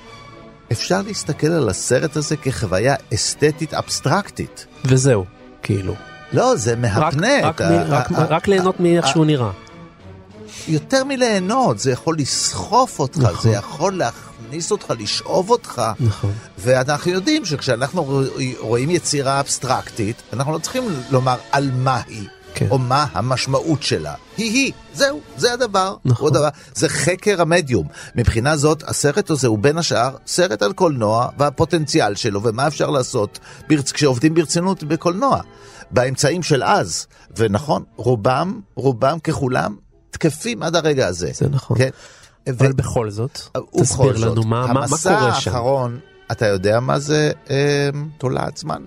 אפשר להסתכל על הסרט הזה כחוויה אסתטית אבסטרקטית. וזהו, כאילו. לא, זה מהפנה. רק ליהנות מאיך שהוא נראה. יותר מליהנות, זה יכול לסחוף אותך, זה יכול להכניס אותך, לשאוב אותך. נכון. ואנחנו יודעים שכשאנחנו רואים יצירה אבסטרקטית, אנחנו לא צריכים לומר על מה היא, או מה המשמעות שלה. היא, זהו, זה הדבר. נכון. זה חקר המדיום. מבחינה זאת, הסרט הזה הוא בין השאר סרט על קולנוע, והפוטנציאל שלו, ומה אפשר לעשות כשעובדים ברצינות בקולנוע, באמצעים של אז. ונכון, רובם ככולם, תקפים עד הרגע הזה. זה נכון. כן? אבל בכל זאת, תסביר לנו מה קורה שם. המסע האחרון, אתה יודע מה זה תולעת זמן?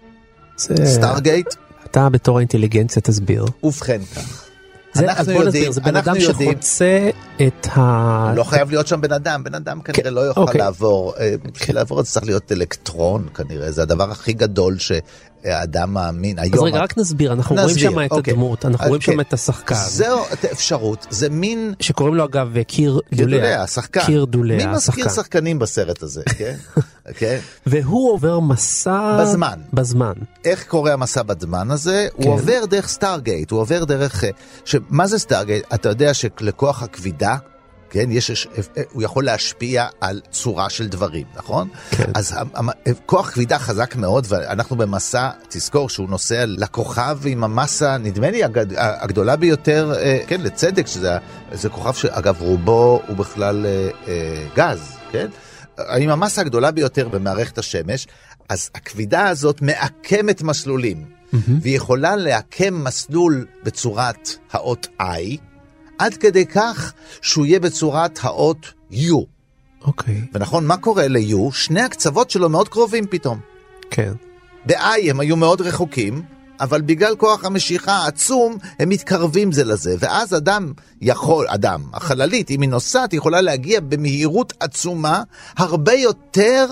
סטארגייט? אתה בתור האינטליגנציה תסביר. ובכן כך. אנחנו יודעים, זה בן אדם שחוצה את ה... לא חייב להיות שם בן אדם כנראה לא יוכל לעבור, בשביל לעבור את זה צריך להיות אלקטרון כנראה, זה הדבר הכי גדול שהאדם מאמין. אז רגע, רק נסביר, אנחנו רואים שם את הדמות, אנחנו רואים שם את השחקן. זהו, את האפשרות, זה מין... שקוראים לו אגב קיר דוליה. השחקן. קיר דוליה, מי מזכיר שחקנים בסרט הזה, כן? והוא עובר מסע... בזמן. איך קורה המסע בזמן הזה? הוא עובר דרך סטארגייט, הוא עובר דרך... מה זה סטארגייט? אתה יודע שלכוח הכבידה, כן, הוא יכול להשפיע על צורה של דברים, נכון? כן. אז כוח כבידה חזק מאוד, ואנחנו במסע, תזכור שהוא נוסע לכוכב עם המסה, נדמה לי הגדולה ביותר, כן, לצדק, שזה כוכב שאגב רובו הוא בכלל גז, כן? עם המסה הגדולה ביותר במערכת השמש, אז הכבידה הזאת מעקמת מסלולים, והיא יכולה לעקם מסלול בצורת האות I, עד כדי כך שהוא יהיה בצורת האות U. אוקיי. ונכון, מה קורה ל-U? שני הקצוות שלו מאוד קרובים פתאום. כן. ב-I הם היו מאוד רחוקים, אבל בגלל כוח המשיכה העצום, הם מתקרבים זה לזה. ואז החללית, אם היא נוסעת, יכולה להגיע במהירות עצומה, הרבה יותר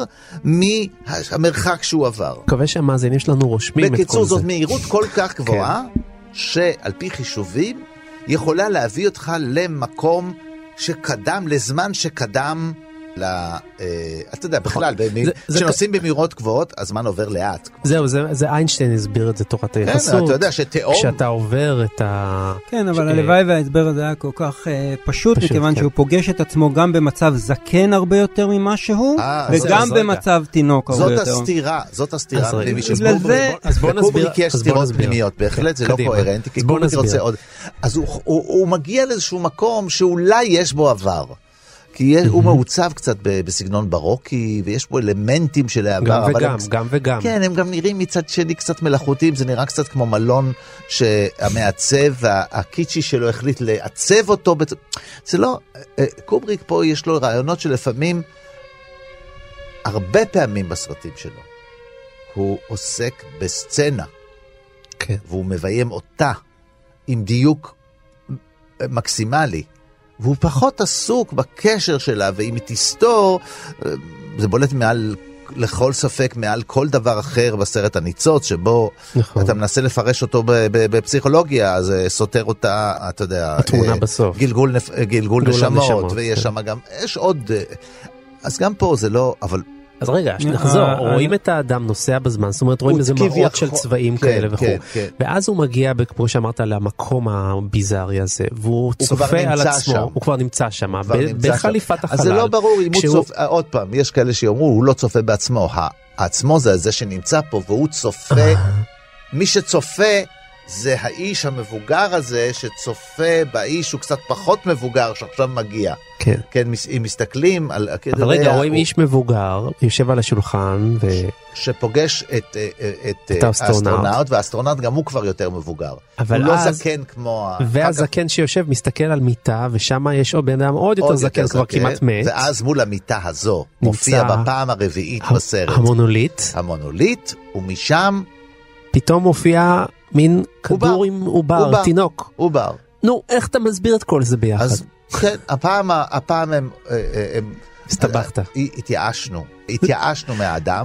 מהמרחק שהוא עבר. מקווה שהמאזינים שלנו רושמים את כל זה. בקיצור, זאת מהירות כל כך גבוהה, שעל פי חישובים, יכולה להביא אותך למקום שקדם, לזמן שקדם אתה יודע, בכלל, כשנוסעים במהירות גבוהות, הזמן עובר לאט. זהו, זה איינשטיין הסביר את זה תורת היחסות. כן, אתה יודע שתאום... כשאתה עובר את ה... כן, אבל הלוואי וההסבר הזה היה כל כך פשוט, מכיוון שהוא פוגש את עצמו גם במצב זקן הרבה יותר ממה שהוא, וגם במצב תינוק הרבה יותר. זאת הסתירה. אז בוא נסביר. יש סתירות פנימיות, בהחלט זה לא קוהרנטי, כי קובריק רוצה עוד... אז הוא מגיע לאיזשהו מקום שאולי יש בו עבר. כי הוא מעוצב קצת בסגנון ברוקי, ויש פה אלמנטים של העבר. גם וגם. כן, הם גם נראים מצד שני קצת מלאכותיים, זה נראה קצת כמו מלון שהמעצב, הקיצ'י שלו החליט לעצב אותו. זה לא, קובריק פה יש לו רעיונות שלפעמים, הרבה פעמים בסרטים שלו, הוא עוסק בסצנה, כן. והוא מביים אותה עם דיוק מקסימלי. והוא פחות עסוק בקשר שלה, ואם היא תסתור, זה בולט לכל ספק מעל כל דבר אחר בסרט הניצוץ, שבו אתה מנסה לפרש אותו בפסיכולוגיה, אז סותר אותה, אתה יודע, התמונה בסוף. גלגול נשמות, ויש שם גם, יש עוד, אז גם פה זה לא, אבל... אז רגע, נחזור, רואים את האדם נוסע בזמן, זאת אומרת, רואים איזה מראות של צבעים כאלה וכו'. ואז הוא מגיע, כמו שאמרת, למקום הביזארי הזה, והוא צופה על עצמו, הוא כבר נמצא שם, בחליפת החלל. אז זה לא ברור אם הוא צופה, עוד פעם, יש כאלה שאומרו, הוא לא צופה בעצמו, העצמו זה זה שנמצא פה, והוא צופה, מי שצופה, זה האיש המבוגר הזה שצופה באיש הוא קצת פחות מבוגר שעכשיו מגיע. כן. כן, אם מסתכלים על... אבל רגע, רואים איש מבוגר, יושב על השולחן שפוגש את האסטרונאוט, והאסטרונאוט גם הוא כבר יותר מבוגר. הוא לא זקן כמו... והזקן שיושב מסתכל על מיטה, ושם יש עוד בן אדם עוד יותר זקן, כבר כמעט מת. ואז מול המיטה הזו מופיע בפעם הרביעית בסרט. המונוליט, ומשם... פתאום מופיע מין כדור עם עובר, תינוק. עובר. נו, איך אתה מסביר את כל זה ביחד? אז כן, הפעם הם... הסתבכת. התייאשנו מהאדם,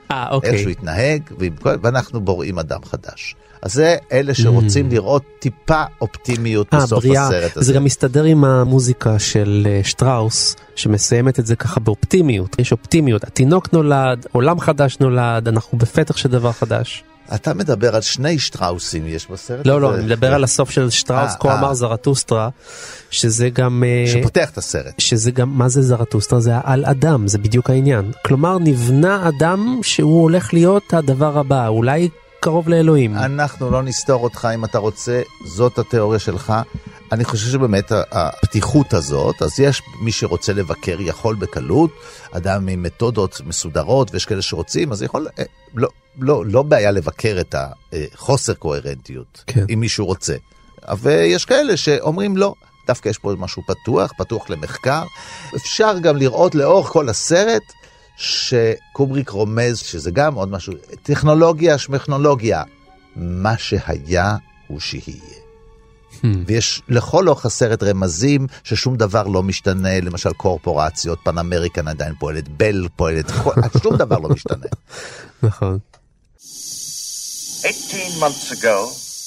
איך שהוא יתנהג, ואנחנו בוראים אדם חדש. אז זה אלה שרוצים לראות טיפה אופטימיות בסוף הסרט הזה. זה גם מסתדר עם המוזיקה של שטראוס, שמסיימת את זה ככה באופטימיות. יש אופטימיות, התינוק נולד, עולם חדש נולד, אנחנו בפתח של דבר חדש. אתה מדבר על שני שטראוסים יש בסרט? לא, אני מדבר על הסוף של שטראוס, כה אמר זרטוסטרה, שזה גם... שפותח את הסרט. שזה גם, מה זה זרטוסטרה? זה על אדם, זה בדיוק העניין. כלומר, נבנה אדם שהוא הולך להיות הדבר הבא, אולי קרוב לאלוהים. אנחנו לא נסתור אותך אם אתה רוצה, זאת התיאוריה שלך. אני חושב שבאמת הפתיחות הזאת, אז יש מי שרוצה לבקר, יכול בקלות, אדם עם מתודות מסודרות, ויש כאלה שרוצים, אז יכול, לא בעיה לבקר את החוסר קוהרנטיות, אם מישהו רוצה. ויש כאלה שאומרים לא, דווקא יש פה משהו פתוח למחקר. אפשר גם לראות לאורך כל הסרט, שקובריק רומז, שזה גם עוד משהו, טכנולוגיה, שמכנולוגיה, מה שהיה הוא שיהיה. ויש לכל אורך הסרט רמזים ששום דבר לא משתנה, למשל קורפורציות, פן אמריקן עדיין פועלת, בל פועלת, שום דבר לא משתנה. נכון. 18 months ago,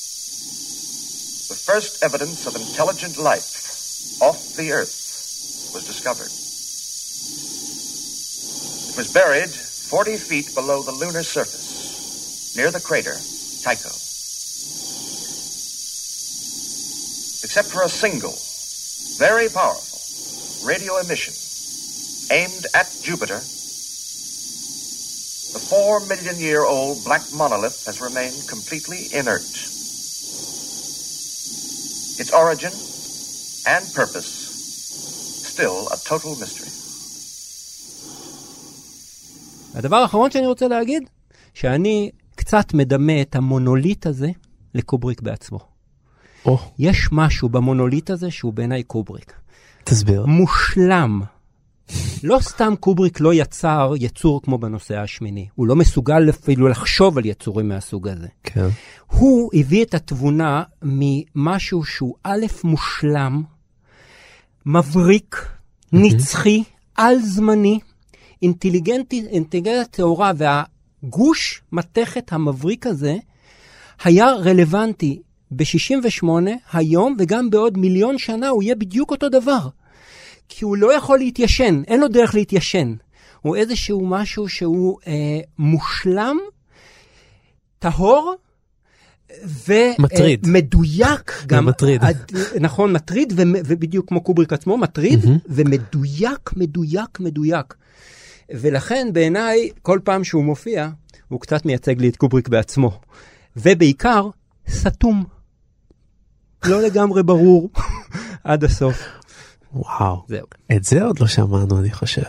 the first evidence of intelligent life off the earth was discovered. It was buried 40 feet below the lunar surface, near the crater Tycho. Except for a single, very powerful radio emission aimed at Jupiter, the 4-million-year-old black monolith has remained completely inert. Its origin and purpose still a total mystery. הדבר האחרון שאני רוצה להגיד, שאני קצת מדמה את המונוליט הזה לקובריק בעצמו. יש משהו במונוליט הזה שהוא בעיניי קובריק. תסביר. מושלם. לא סתם קובריק לא יצר יצור כמו בנושא השמיני. הוא לא מסוגל אפילו לחשוב על יצורים מהסוג הזה. כן. הוא הביא את התבונה ממשהו שהוא א' מושלם, מבריק, נצחי, על זמני, אינטליגנטיה תאורה, והגוש מתכת המבריק הזה היה רלוונטי ב-68 היום, וגם בעוד מיליון שנה הוא יהיה בדיוק אותו דבר. כי הוא לא יכול להתיישן, אין לו דרך להתיישן. הוא איזשהו משהו שהוא מושלם, טהור, ומדויק. גם מטריד. נכון, מטריד, ובדיוק כמו קובריק עצמו, מטריד, ומדויק, מדויק, מדויק. ולכן בעיניי, כל פעם שהוא מופיע, הוא קצת מייצג לי את קובריק בעצמו. ובעיקר, סתום. לא לגמרי ברור עד הסוף. וואו. זהו. את זה עוד לא שמענו, אני חושב.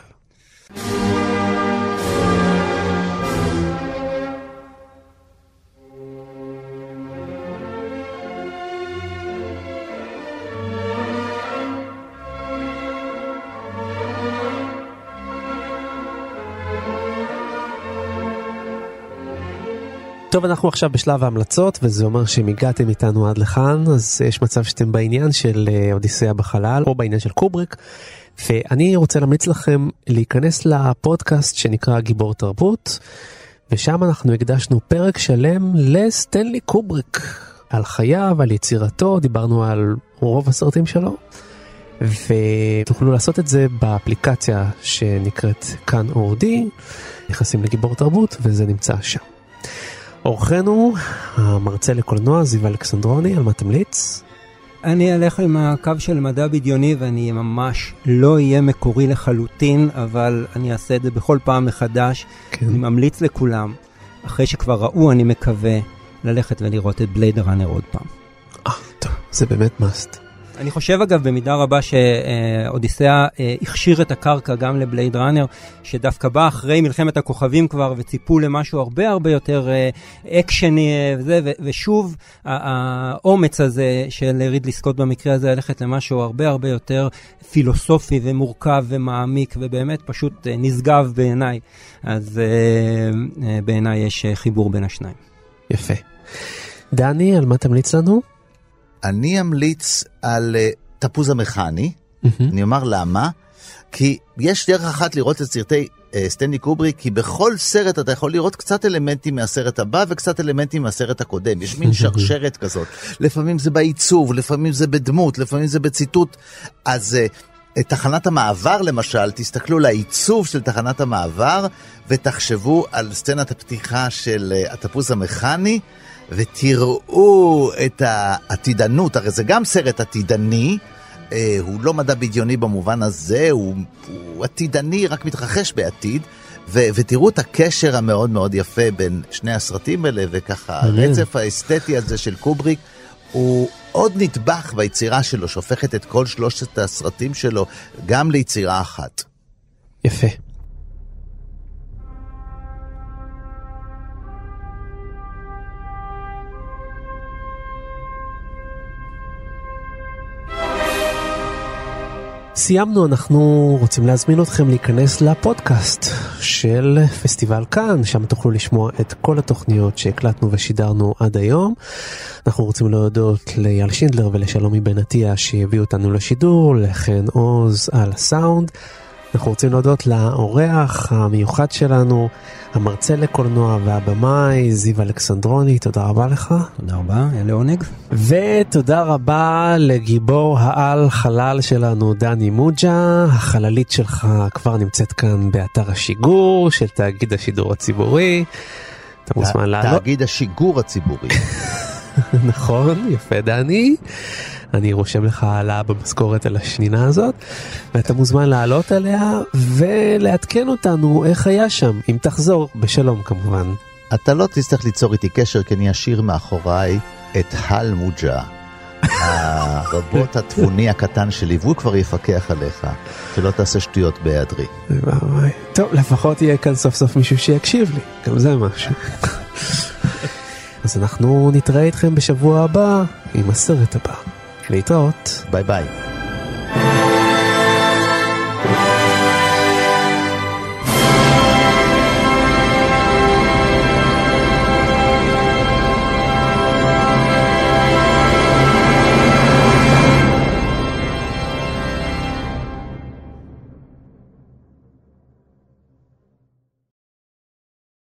טוב, אנחנו עכשיו בשלב ההמלצות, וזה אומר שאם הגעתם איתנו עד לכאן, אז יש מצב שאתם בעניין של אודיסאה בחלל, או בעניין של קובריק, ואני רוצה להמליץ לכם להיכנס לפודקאסט שנקרא גיבור תרבות, ושם אנחנו הקדשנו פרק שלם לסטנלי קובריק, על חייו, על יצירתו, דיברנו על רוב הסרטים שלו, ותוכלו לעשות את זה באפליקציה שנקראת כאן אודי, נכנסים לגיבור תרבות, וזה נמצא שם. אורחנו, המרצה לקולנוע, זיו אלכסנדרוני, על מה תמליץ? אני אלך עם הקו של מדע בדיוני, ואני ממש לא אהיה מקורי לחלוטין, אבל אני אעשה את זה בכל פעם מחדש. כן. אני ממליץ לכולם, אחרי שכבר ראו, אני מקווה ללכת ולראות את בלייד ראנר עוד פעם. טוב, זה באמת מאסט. אני חושב אגב במידה רבה שאודיסאה הכשיר את הקרקע גם לבלייד ראנר, שדווקא בא אחרי מלחמת הכוכבים כבר, וציפו למשהו הרבה הרבה יותר אקשני וזה, ושוב האומץ הזה של רידלי סקוט במקרה הזה, הלכת למשהו הרבה הרבה יותר פילוסופי ומורכב ומעמיק, ובאמת פשוט נשגב בעיניי. אז בעיניי יש חיבור בין השניים. יפה. דני, על מה תמליץ לנו? אני אמליץ על תפוז המכני, אני אומר למה, כי יש דרך אחת לראות את סרטי סטנלי קובריק, כי בכל סרט אתה יכול לראות קצת אלמנטים מהסרט הבא וקצת אלמנטים מהסרט הקודם. יש מין שרשרת כזאת. לפעמים זה בעיצוב, לפעמים זה בדמות, לפעמים זה בציטוט. אז תחנת המעבר למשל, תסתכלו לעיצוב של תחנת המעבר ותחשבו על סצנת הפתיחה של הטפוס המכני, ותראו את העתידנות. הרי זה גם סרט עתידני, הוא לא מדע בדיוני במובן הזה, הוא עתידני, רק מתרחש בעתיד, ותראו את הקשר המאוד מאוד יפה בין שני הסרטים האלה, וככה הרצף האסתטי הזה של קובריק, הוא עוד נדבך ביצירה שלו, שהופכת את כל שלושת הסרטים שלו גם ליצירה אחת. יפה. סיימנו, אנחנו רוצים להזמין אתכם להיכנס לפודקאסט של פסטיבל כאן, שם תוכלו לשמוע את כל התוכניות שהקלטנו ושידרנו עד היום. אנחנו רוצים להודות ליאל שינדלר ולשלומי בן עטיה שהביאו אותנו לשידור, לחן עוז על הסאונד. אנחנו רוצים להודות לאורח המיוחד שלנו, המרצה לקולנוע והבמאי זיו אלכסנדרוני, תודה רבה לך. תודה רבה, היה לעונג. ותודה רבה לגיבור העל חלל שלנו דני מוג'ה, החללית שלך כבר נמצאת כאן באתר השיגור של תאגיד השידור הציבורי. אתה מוזמן לעלות. תאגיד השיגור הציבורי. נכון, יפה דני. אני רושם לך העלה במשכורת על השנינה הזאת, ואתה מוזמן לעלות עליה ולעדכן אותנו איך היה שם, אם תחזור בשלום כמובן. אתה לא תצטרך ליצור איתי קשר, כי אני אשאיר מאחוריי את הל מוג'ה, הרובוט התבוני הקטן שלי, והוא כבר יפקח עליך, שלא תעשה שטויות בהיעדרי. טוב, לפחות יהיה כאן סוף סוף מישהו שיקשיב לי, גם זה משהו. אז אנחנו נתראה איתכם בשבוע הבא עם הסרט הבא. להתראות. ביי ביי.